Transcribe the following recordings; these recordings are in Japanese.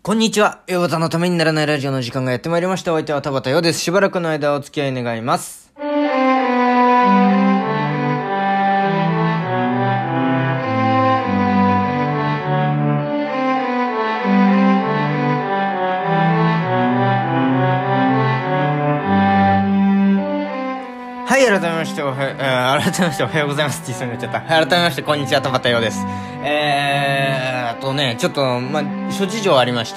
こんにちは。ヨバタのためにならないラジオの時間がやってまいりました。お相手は田畑陽です。しばらくの間お付き合い願います。はい、改めましておはようございますって言いそうになっちゃった。改めましてこんにちは、田畑陽です。ちょっと、諸事情ありまして、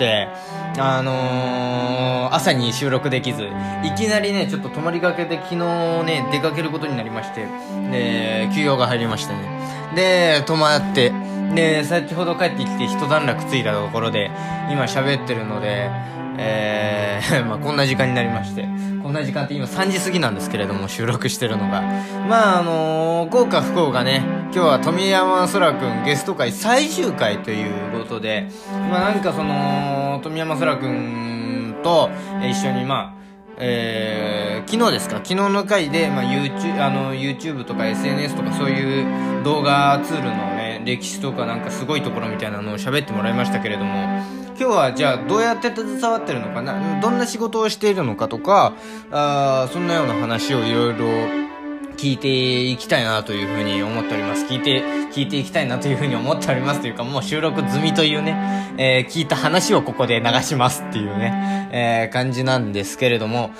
朝に収録できず、いきなりね、ちょっと泊まりがけで昨日ね、出かけることになりまして、で、休養が入りましてね。で、泊まって、で、先ほど帰ってきて一段落ついたところで、今喋ってるので、こんな時間になりまして、こんな時間って今3時過ぎなんですけれども、収録してるのが。豪華不幸がね、今日は富山空くんゲスト会最終回ということで、富山空くんと一緒に昨日ですか、昨日の回で、YouTube とか SNS とかそういう動画ツールのね、歴史とかなんかすごいところみたいなのを喋ってもらいましたけれども、今日はじゃあどうやって携わってるのかな、どんな仕事をしているのかとか、そんなような話をいろいろ聞いていきたいなというふうに思っております。聞いていきたいなというふうに思っておりますというか、もう収録済みというね、聞いた話をここで流しますっていうね、感じなんですけれども、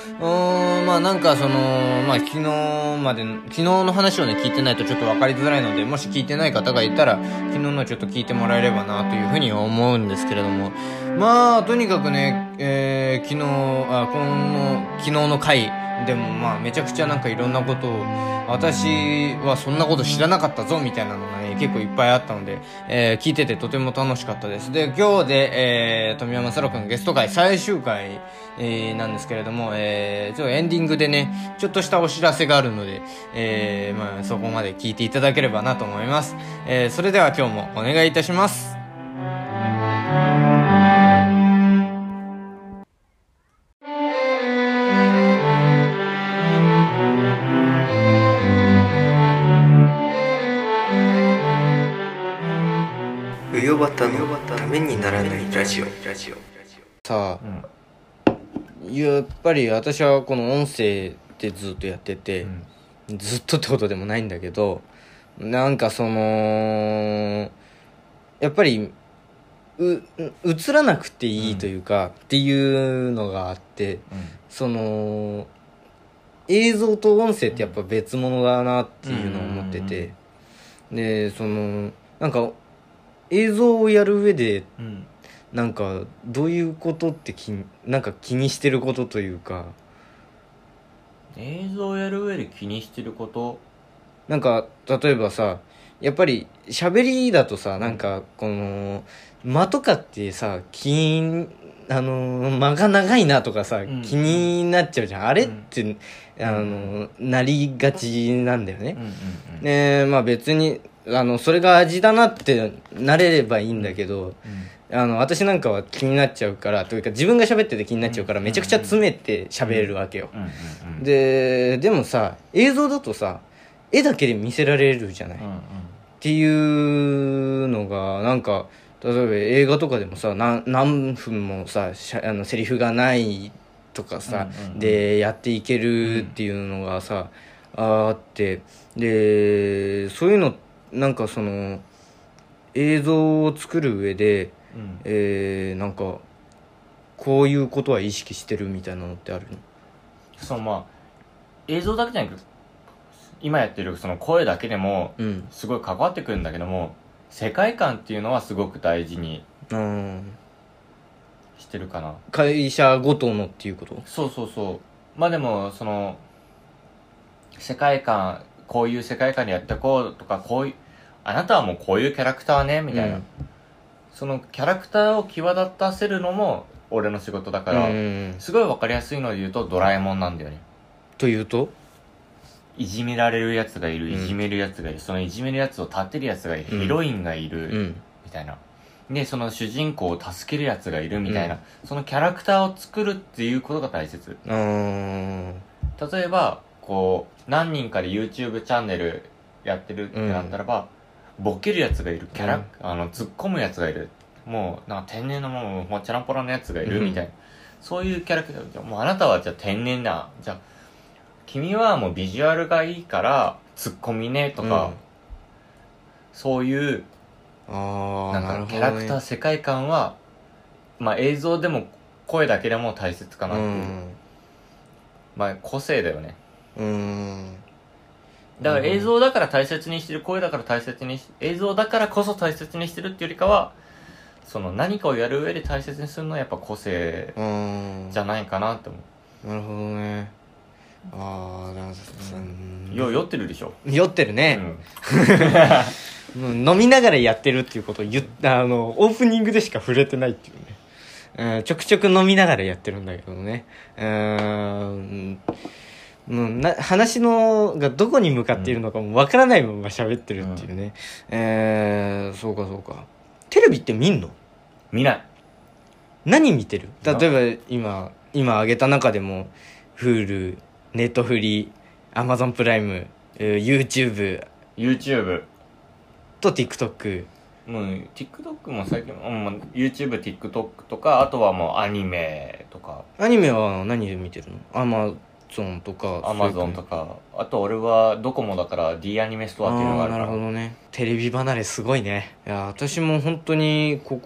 昨日の話をね、聞いてないとちょっと分かりづらいので、もし聞いてない方がいたら、昨日のちょっと聞いてもらえればなというふうに思うんですけれども、とにかくね、昨日の回、でもめちゃくちゃなんかいろんなことを、私はそんなこと知らなかったぞみたいなのがね、結構いっぱいあったので、聞いててとても楽しかったです。で、今日で、富山空くんゲスト会最終回、なんですけれども、ちょっとエンディングでね、ちょっとしたお知らせがあるので、そこまで聞いていただければなと思います。それでは今日もお願いいたします。 うよばたのためにならないラジオ。 さあ、やっぱり私はこの音声でずっとやってて、ずっとってことでもないんだけど、なんかやっぱり映らなくていいというか、っていうのがあって、映像と音声ってやっぱ別物だなっていうのを思ってて、でなんか映像をやる上で、なんかどういうことってなんか気にしてることというか、 映像をやる上で気にしてること、 なんか例えばさ、やっぱり喋りだとさ、なんかこの間とかってさ、間が長いなとかさ、気になっちゃうじゃん。あれって、なりがちなんだよね。別にそれが味だなってなれればいいんだけど、私なんかは気になっちゃうから、というか自分が喋ってて気になっちゃうから、めちゃくちゃ詰めて喋れるわけよ。でもさ、映像だとさ、絵だけで見せられるじゃない、っていうのが、なんか例えば映画とかでもさ、何分もさ、セリフがないとかさ、でやっていけるっていうのがさ、あって、でそういうの、なんか映像を作る上で、なんかこういうことは意識してるみたいなのってあるの？ 映像だけじゃなくて今やってるその声だけでもすごい関わってくるんだけども、世界観っていうのはすごく大事にしてるかな。 会社ごとのっていうこと？ そうでも世界観、こういう世界観でやっていこうとか、こういうあなたはもうこういうキャラクターねみたいな、そのキャラクターを際立たせるのも俺の仕事だから、すごい分かりやすいので言うとドラえもんなんだよね。 というと、 いじめられるやつがいる、いじめるやつがいる、そのいじめるやつを立てるやつがいる、ヒロインがいる、みたいな。でその主人公を助けるやつがいるみたいな、そのキャラクターを作るっていうことが大切。例えばこう何人かで YouTube チャンネルやってるってなったらば、ボケるやつがいる、突っ込むやつがいる、 もうなんか天然のもうチャランポラのやつがいるみたいな、そういうキャラクター。もうあなたはじゃあ天然だ、じゃあ君はもうビジュアルがいいからツッコミねとか、そういうなんかキャラクター、世界観はまあ映像でも声だけでも大切かなっていう、まあ個性だよね。だから映像だから大切にしてる、声だから大切にし、映像だからこそ大切にしてるっていうよりかは、その何かをやる上で大切にするのはやっぱ個性じゃないかなって思う。 なるほどね。 酔ってるでしょ。 酔ってるね、飲みながらやってるっていうことをオープニングでしか触れてないっていうね、ちょくちょく飲みながらやってるんだけどね、話のがどこに向かっているのかもわからないまま喋ってるっていうね、そうかそうか。テレビって見んの？ 見ない。 何見てる？例えば今挙げた中でも Hulu、ネットフリ、Amazon プライム、YouTube と TikTok。 もう TikTok も最近、YouTube、TikTok とか、あとはもうアニメとか。 アニメは何で見てるの？Amazon とか。 Amazon とか。あと俺はドコモだから D アニメストアっていうのがあるから。 なるほどね。テレビ離れすごいね。いや私も本当に今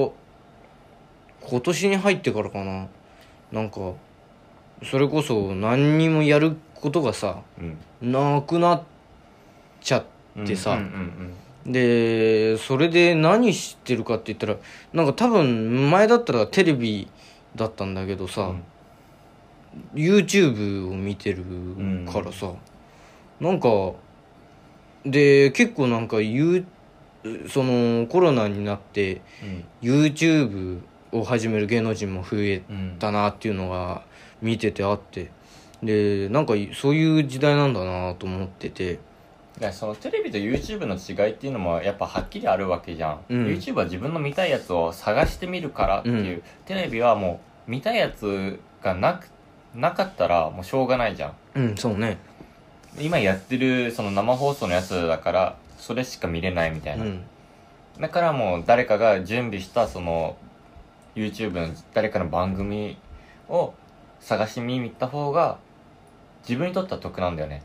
年に入ってからかな、なんかそれこそ何にもやることがさ、なくなっちゃってさ、でそれで何してるかって言ったら、なんか多分前だったらテレビだったんだけどさ、YouTube を見てるからさ、なんかで結構なんかそのコロナになって、YouTube を始める芸能人も増えたなっていうのが見ててあって、でなんかそういう時代なんだなと思ってて、 そのテレビと YouTube の違いっていうのもやっぱはっきりあるわけじゃん、YouTube は自分の見たいやつを探してみるからっていう、テレビはもう見たいやつがなかったらもうしょうがないじゃん。 そうね。 今やってるその生放送のやつだからそれしか見れないみたいな、だからもう誰かが準備したその YouTube の誰かの番組を探し見に行った方が自分にとっては得なんだよね。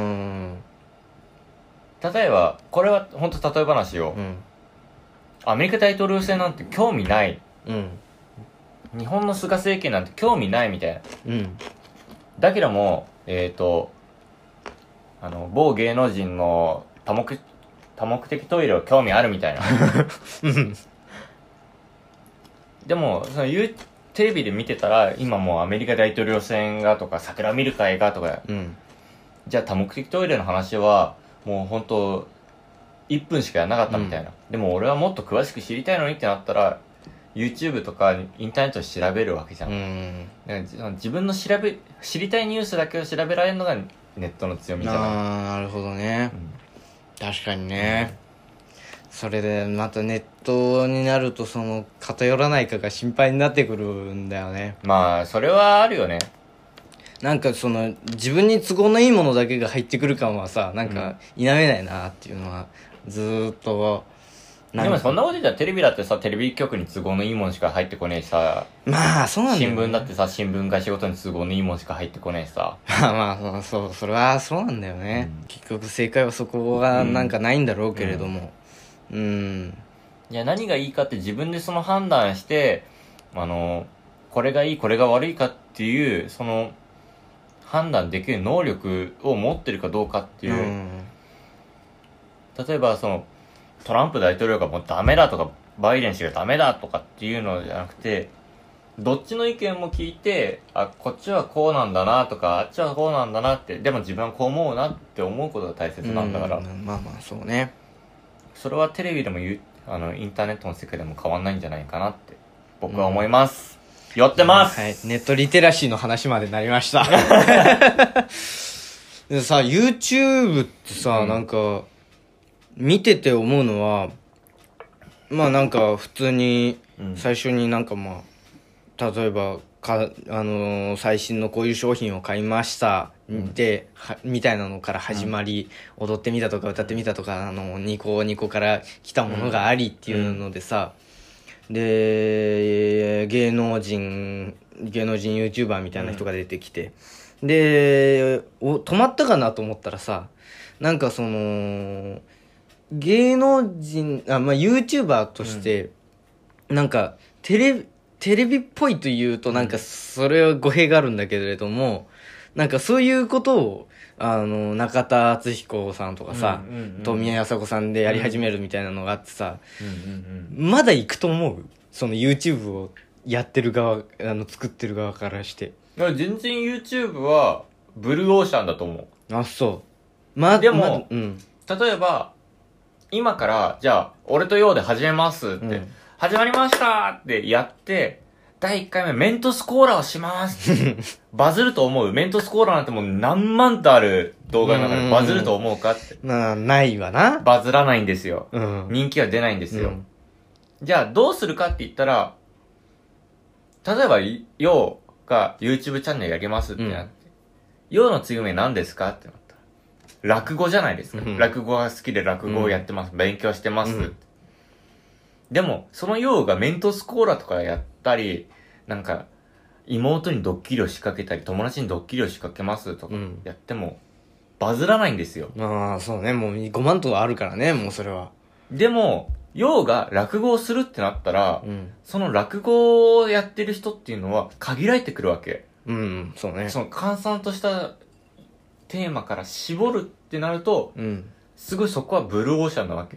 例えばこれは本当例え話よ、アメリカ大統領選なんて興味ない、日本の菅政権なんて興味ないみたいな、だけども某芸能人の多目的トイレを興味あるみたいなでもテレビで見てたら今もうアメリカ大統領選がとか桜見る会がとか、じゃあ多目的トイレの話はもう本当1分しかやらなかったみたいな、でも俺はもっと詳しく知りたいのにってなったら YouTube とかインターネットで調べるわけじゃん、だから自分の知りたいニュースだけを調べられるのがネットの強みじゃない。 なるほどね、確かにね、それでまたネットになるとその偏らないかが心配になってくるんだよね。 まあそれはあるよね。 なんかその自分に都合のいいものだけが入ってくる感はさ、なんか否めないなっていうのはずーっと。 でもそんなこと言ったらテレビだってさ、テレビ局に都合のいいものしか入ってこねえしさ、 まあそうなんだよ、 ね、新聞だってさ、新聞会仕事に都合のいいものしか入ってこねえしさまあそれはそうなんだよね、結局正解はそこはなんかないんだろうけれども、いや何がいいかって自分でその判断してこれがいいこれが悪いかっていうその判断できる能力を持ってるかどうかっていう、例えばそのトランプ大統領がもうダメだとかバイデン氏がダメだとかっていうのじゃなくて、どっちの意見も聞いて、こっちはこうなんだなとかあっちはこうなんだなって、でも自分はこう思うなって思うことが大切なんだから、 まあそうね、 それはテレビでもインターネットの世界でも変わんないんじゃないかなって僕は思います、寄ってます、 ネットリテラシーの話までなりましたでさ YouTube ってさ、なんか見てて思うのは、まあなんか普通に最初になんか例えば最新のこういう商品を買いましたで、みたいなのから始まり、踊ってみたとか歌ってみたとかニコニコから来たものがありっていうのでさ、 で、芸能人 YouTuber みたいな人が出てきて、で、止まったかなと思ったらさ、なんかその、芸能人、YouTuber として、なんか、テレビっぽいというと、なんか、それは語弊があるんだけれども、なんかそういうことを、中田敦彦さんとかさ、富宮康子さんでやり始めるみたいなのがあってさ、まだ行くと思う？その YouTube をやってる側、作ってる側からして。 全然 YouTube は、ブルーオーシャンだと思う。 あ、そう。 でも、例えば、今から、じゃあ、俺とヨウで始めますって、始まりましたってやって、第1回目メントスコーラをしますバズると思う？メントスコーラなんてもう何万とある動画の中でバズると思うかって。 ないわな。 バズらないんですよ。人気は出ないんですよ。じゃあどうするかって言ったら、例えば、ヨウが YouTube チャンネルやりますってなって、ヨウの次名何ですかってなったら、落語じゃないですか。落語が好きで落語をやってます。勉強してます。でも、そのヨウがメントスコーラとかやったり、なんか、妹にドッキリを仕掛けたり、友達にドッキリを仕掛けますとかやっても、バズらないんですよ。 ああ、そうね。もう5万とあるからね、もうそれは。 でも、ヨウが落語をするってなったら、その落語をやってる人っていうのは限られてくるわけ。 そうね。 その閑散としたテーマから絞るってなると、すごいそこはブルーオーシャンなわけ。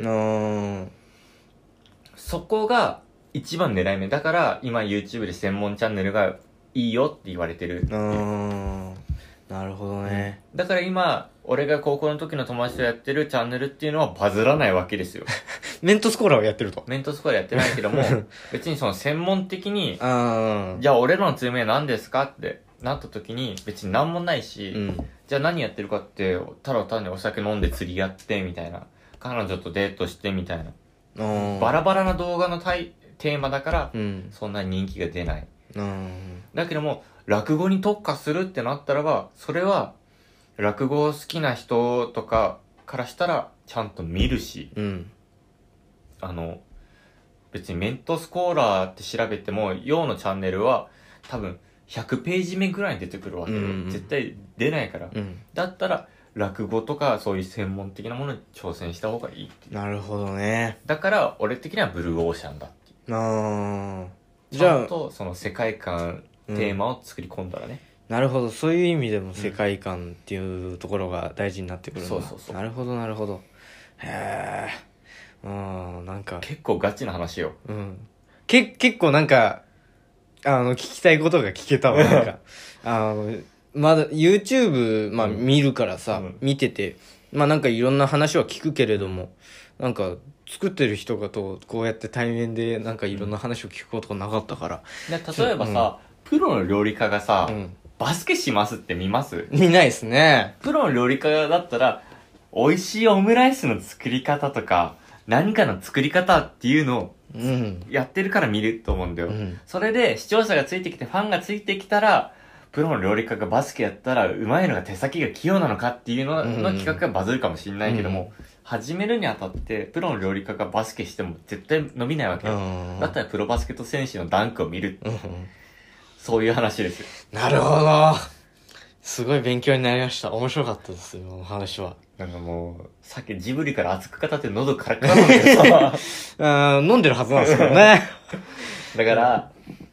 そこが一番狙い目。だから、今 YouTube で専門チャンネルがいいよって言われてる。 なるほどね。 だから今、俺が高校の時の友達とやってるチャンネルっていうのはバズらないわけですよ。 メントスコーラをやってると。 メントスコーラやってないけども、別にその専門的に、じゃあ俺らの通名何ですかってなった時に別に何もないし、じゃあ何やってるかって、ただ単にお酒飲んで釣りやってみたいな。彼女とデートしてみたいな。バラバラな動画のテーマだから、そんなに人気が出ない。だけども、落語に特化するってなったらば、それは、落語好きな人とかからしたら、ちゃんと見るし、別にメントスコーラーって調べても、ヨウのチャンネルは、多分、100ページ目ぐらいに出てくるわけで、絶対出ないから。だったら、落語とかそういう専門的なものに挑戦した方がいいっていう。 なるほどね。 だから、俺的にはブルーオーシャンだっていう。ちゃんと、その世界観、テーマを作り込んだらね。 なるほど。そういう意味でも世界観っていうところが大事になってくるんだ。 そう。 なるほど、なるほど。へえ。なんか。 結構ガチな話よ。 結構なんか、聞きたいことが聞けたわ、なんか。まだ YouTube、見るからさ、見てて、なんかいろんな話は聞くけれども、なんか、作ってる人がこうやって対面でなんかいろんな話を聞くことがなかったから。 例えばさ、プロの料理家がさ、バスケしますって見ます？ 見ないですね。 プロの料理家だったら、美味しいオムライスの作り方とか、何かの作り方っていうのを、やってるから見ると思うんだよ。それで視聴者がついてきて、ファンがついてきたら、プロの料理家がバスケやったら、うまいのが手先が器用なのかっていうのの企画がバズるかもしれないけども、始めるにあたって、プロの料理家がバスケしても絶対伸びないわけよ。だったらプロバスケット選手のダンクを見る。そういう話ですよ。 なるほど。すごい勉強になりました。面白かったですよ、お話は。 なんかもう、さっきジブリから熱く語って喉カラカラなんだけど飲んでるはずなんですけどね。 だから、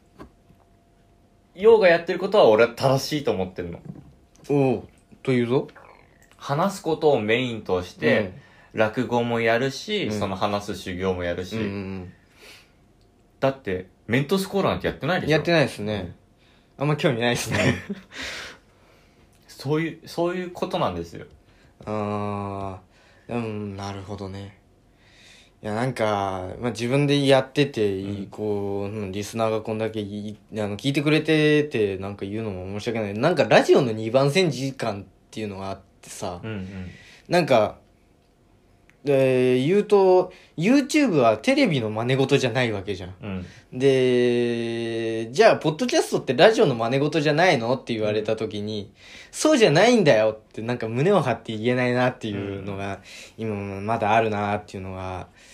ヨウがやってることは俺は正しいと思ってるの。 というぞ。 話すことをメインとして、落語もやるし、その話す修行もやるし。だって、メントスコーラなんてやってないでしょ？ やってないですね。あんま興味ないですね。 そういうことなんですよ。 なるほどね。いや、なんか、自分でやってて、リスナーがこんだけ聞いてくれてて、なんか言うのも申し訳ない。なんかラジオの2番線時間っていうのがあってさ、なんか、言うと、YouTube はテレビの真似事じゃないわけじゃん。で、じゃあ、ポッドキャストってラジオの真似事じゃないのって言われた時に、そうじゃないんだよってなんか胸を張って言えないなっていうのが、今まだあるなっていうのが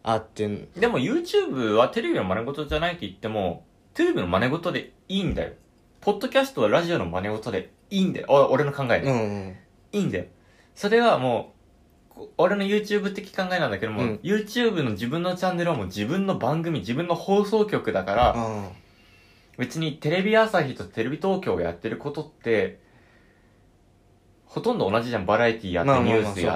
あって。 でも YouTube はテレビの真似事じゃないと言っても、テレビの真似事でいいんだよ。ポッドキャストはラジオの真似事でいいんだよ。俺の考えね。いいんだよ。それはもう、俺の YouTube 的考えなんだけども、YouTube の自分のチャンネルはもう自分の番組、自分の放送局だから、別にテレビ朝日とテレビ東京がやってることって、ほとんど同じじゃん。バラエティやって、ニュースやって、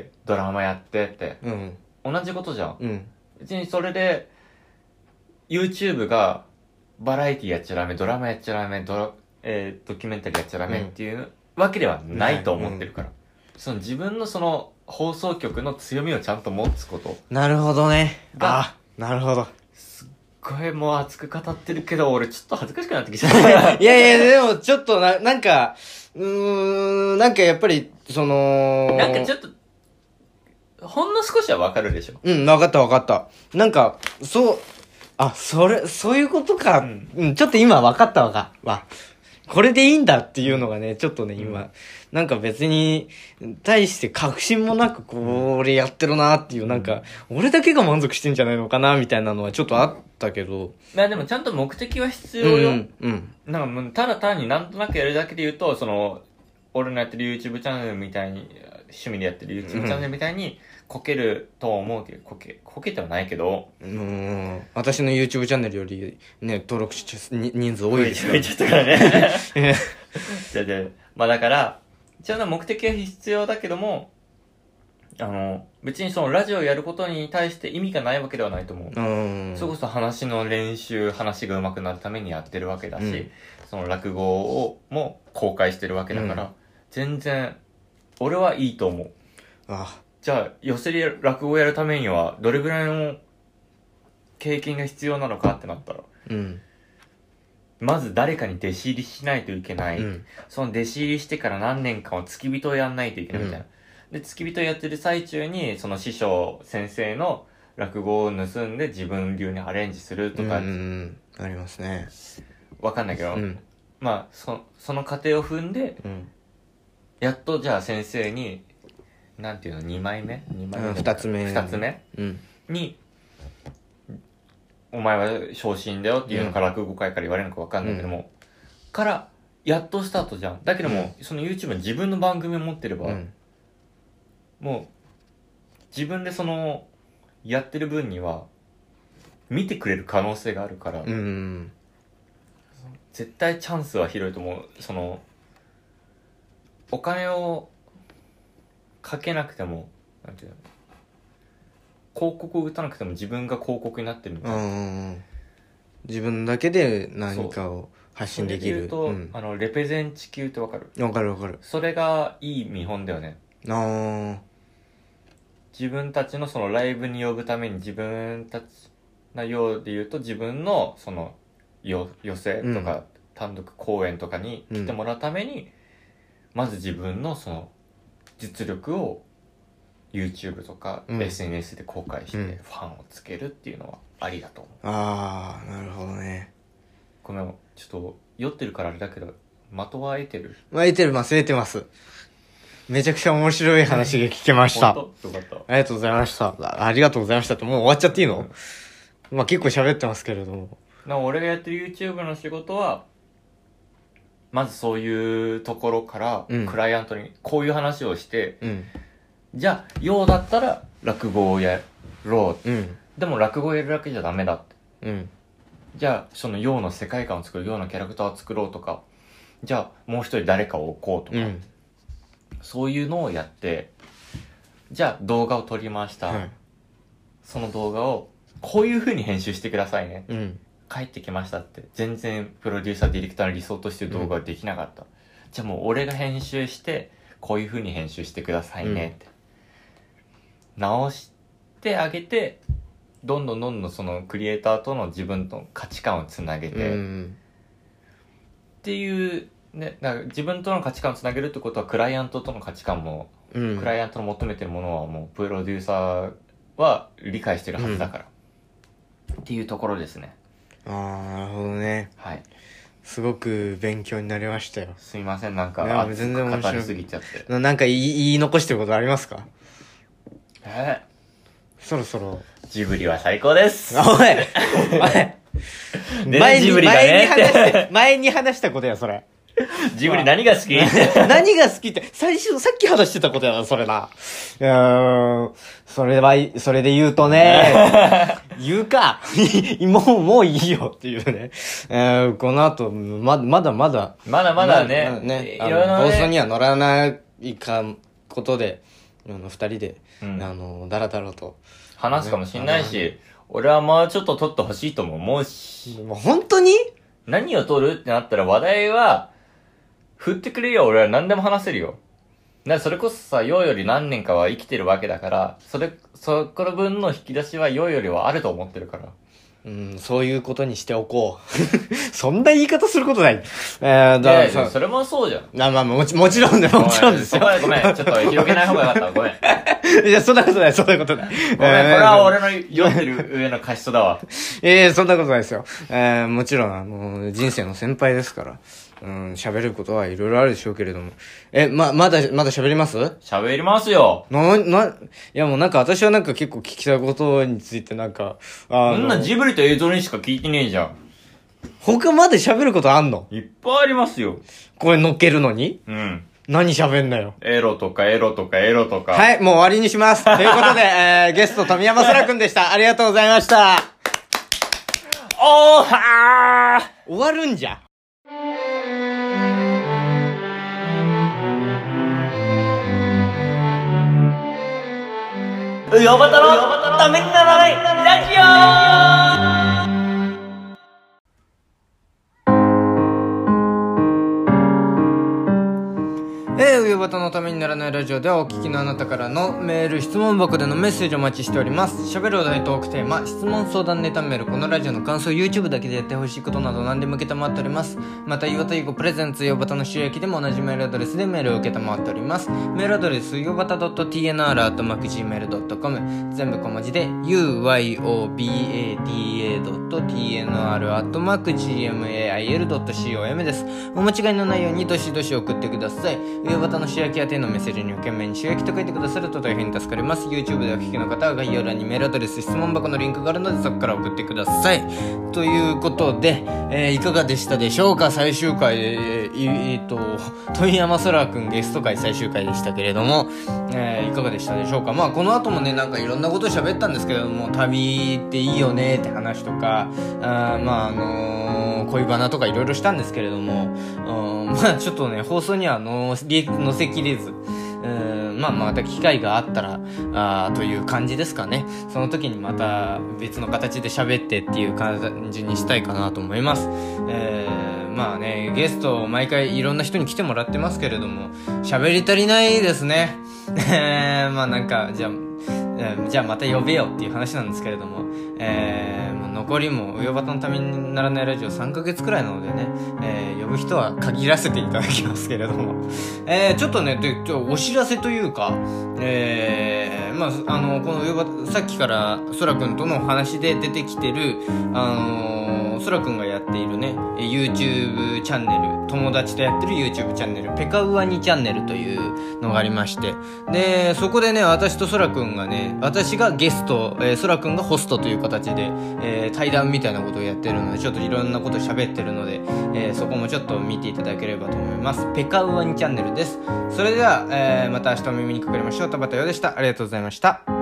ドラマやってって。同じことじゃん。別にそれで、YouTube が、バラエティやっちゃダメ、ドラマやっちゃダメ、ドキュメンタリーやっちゃダメっていうわけではないと思ってるから。その自分のその放送局の強みをちゃんと持つこと。 なるほどね。なるほど。 すっごいもう熱く語ってるけど、俺ちょっと恥ずかしくなってきちゃった。 いやいや、でもちょっとなんか、なんかやっぱり、 なんかちょっと、ほんの少しはわかるでしょ。 わかったわかった。なんか、そういうことか。ちょっと今わかったわ。これでいいんだっていうのがね、ちょっとね、今、なんか別に、対して確信もなく、これやってるなっていう、なんか、俺だけが満足してんじゃないのかな、みたいなのはちょっとあったけど。 まあでもちゃんと目的は必要よ。なんかもう、ただ単になんとなくやるだけで言うと、俺のやってる YouTube チャンネルみたいに、趣味でやってる YouTube チャンネルみたいに、こけると思うけど、こけてはないけど。 私の YouTube チャンネルより、ね、登録人数多いですから。ちょっとからね。まあだから、一応な目的は必要だけども、別にそのラジオやることに対して意味がないわけではないと思う。それこそ話の練習、話が上手くなるためにやってるわけだし、その落語も公開してるわけだから、全然、俺はいいと思う。じゃあ、寄せで落語やるためには、どれぐらいの経験が必要なのかってなったら、まず誰かに弟子入りしないといけない。その弟子入りしてから何年間は付き人をやんないといけないみたいな。で、付き人やってる最中に、その師匠、先生の落語を盗んで自分流にアレンジするとか。 ありますね。 わかんないけど、まあ、その過程を踏んで、やっとじゃあ先生に、なんていうの、2枚目 2つ目に、お前は昇進だよっていうのか落語会から言われるのか分かんないけども、からやっとスタートじゃん。だけども、その YouTube に自分の番組を持ってれば、もう自分でやってる分には見てくれる可能性があるから、絶対チャンスは広いと思う。お金をかけなくても、なんていうの、広告を打たなくても自分が広告になってるみたいな。 自分だけで何かを発信できる。 それで言うと、レペゼン地球ってわかる？ わかる。 それがいい見本だよね。自分たちのそのライブに呼ぶために自分たちのようで言うと自分の寄せとか、単独公演とかに来てもらうために、まず自分の実力を YouTube とか SNS で公開してファンをつけるっていうのはありだと思う。 なるほどね。 ごめん、ちょっと酔ってるからあれだけど、的は得てる？ 得てます。めちゃくちゃ面白い話が聞けました。 本当？よかった。 ありがとうございました。ありがとうございましたって、もう終わっちゃっていいの？まあ結構喋ってますけれども。 俺がやってる YouTube の仕事は、まずそういうところから、クライアントにこういう話をして、じゃあ、ようだったら落語をやろう。でも落語をやるだけじゃダメだって。じゃあ、そのようの世界観を作る、ようのキャラクターを作ろうとか、じゃあ、もう一人誰かを置こうとか、そういうのをやって、じゃあ動画を撮りました。その動画を、こういう風に編集してくださいね。帰ってきましたって。全然プロデューサー、ディレクターの理想としてる動画はできなかった。じゃあもう俺が編集して、こういう風に編集してくださいねって。直してあげて、どんどんそのクリエイターとの自分との価値観をつなげて、っていう、ね、だから自分との価値観をつなげるってことはクライアントとの価値観も、クライアントの求めてるものはもうプロデューサーは理解してるはずだから、っていうところですね。 なるほどね。 はい。 すごく勉強になりましたよ。 すいません、なんか熱く語りすぎちゃって。 なんか言い残してることありますか？ そろそろ。 ジブリは最高です。 おいおいでジブリがね前に話したことや、それ。 ジブリ何が好き何が好きって、さっき話してたことやな、それな。それで言うとね、言うか。もういいよっていうね。この後、まだね。 いろいろ放送には乗らないことで、二人で、だらだらと。 話すかもしんないし、俺はもうちょっと撮ってほしいとも思うし。 もう本当に何を撮るってなったら話題は、振ってくれよ、俺は何でも話せるよ。それこそさ、ようより何年かは生きてるわけだから、そこの分の引き出しはようよりはあると思ってるから。 そういうことにしておこう。そんな言い方することない。 それもそうじゃん。 もちろんですよ。 ごめん、ちょっと広げない方がよかった。ごめん。 いや、そんなことない。 ごめん、これは俺の読んでる上の過失だわ。 そんなことないですよ。もちろん、人生の先輩ですから。喋ることはいろいろあるでしょうけれども。まだ喋ります？ 喋りますよ。 いやもうなんか私はなんか結構聞きたいことについてなんか、 そんなジブリと映像にしか聞いてねえじゃん。 他まで喋ることあんの？ いっぱいありますよ。 これ乗っけるのに？何喋んなよ。 エロとか。 はい、もう終わりにします。ということで、ゲスト富山空くんでした。ありがとうございました。 おーはー終わるんじゃ。 うよばたのためにならないラジオ。 うよばたのためにならないラジオではお聞きのあなたからのメール、質問箱でのメッセージをお待ちしております。喋るお題、トークテーマ、質問相談ネタメール、このラジオの感想、YouTube だけでやってほしいことなど何でも受けたまっております。また、岩田優子プレゼンツよばたの収益でも同じメールアドレスでメールを受けたまっております。メールアドレス、よばた .tnr@gmail.com、 全部小文字で uyobata.tnr@gmail.com です。お間違いのないようにどしどし送ってください。よばたの主役や手のメッセージに懸命に主役と書いてくださると大変助かります。 YouTube でお聞きの方は概要欄にメールアドレス、質問箱のリンクがあるのでそこから送ってください。ということで、いかがでしたでしょうか。最終回で、富山空くんゲスト回最終回でしたけれども、いかがでしたでしょうか。この後もね、なんかいろんなこと喋ったんですけれども、旅っていいよねって話とか、恋バナとかいろいろしたんですけれども、ちょっとね、放送には載せきれず、また機会があったらという感じですかね。その時にまた別の形で喋ってっていう感じにしたいかなと思います。ゲスト毎回いろんな人に来てもらってますけれども、喋り足りないですね。じゃあまた呼べよっていう話なんですけれども、もう残りもうよばたのためにならないラジオ3ヶ月くらいなのでね、呼ぶ人は限らせていただきますけれども、ちょっとね、お知らせというか、このよばさっきからそらくんとの話で出てきてるそらくんがやっているね YouTube チャンネル、友達とやってる YouTube チャンネル、ペカウワニチャンネルというのがありまして、でそこでね、私とそらくんがね、私がゲスト、そらくんがホストという形で、対談みたいなことをやってるので、ちょっといろんなこと喋ってるので、そこもちょっと見ていただければと思います。ペカウワニチャンネルです。それでは、また明日お耳にかかりましょう。田畑陽でした。ありがとうございました。